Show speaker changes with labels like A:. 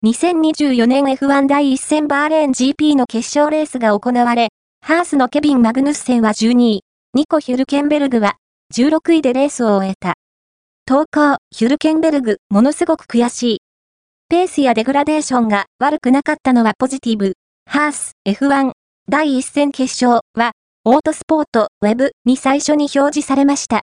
A: 2024年 F1 第1戦バーレーン GP の決勝レースが行われ、ハースのケビン・マグヌッセンは12位、ニコ・ヒュルケンベルグは16位でレースを終えた。投稿、ヒュルケンベルグ、ものすごく悔しい。ペースやデグラデーションが悪くなかったのはポジティブ。ハース、F1、第1戦決勝は、オートスポート、ウェブに最初に表示されました。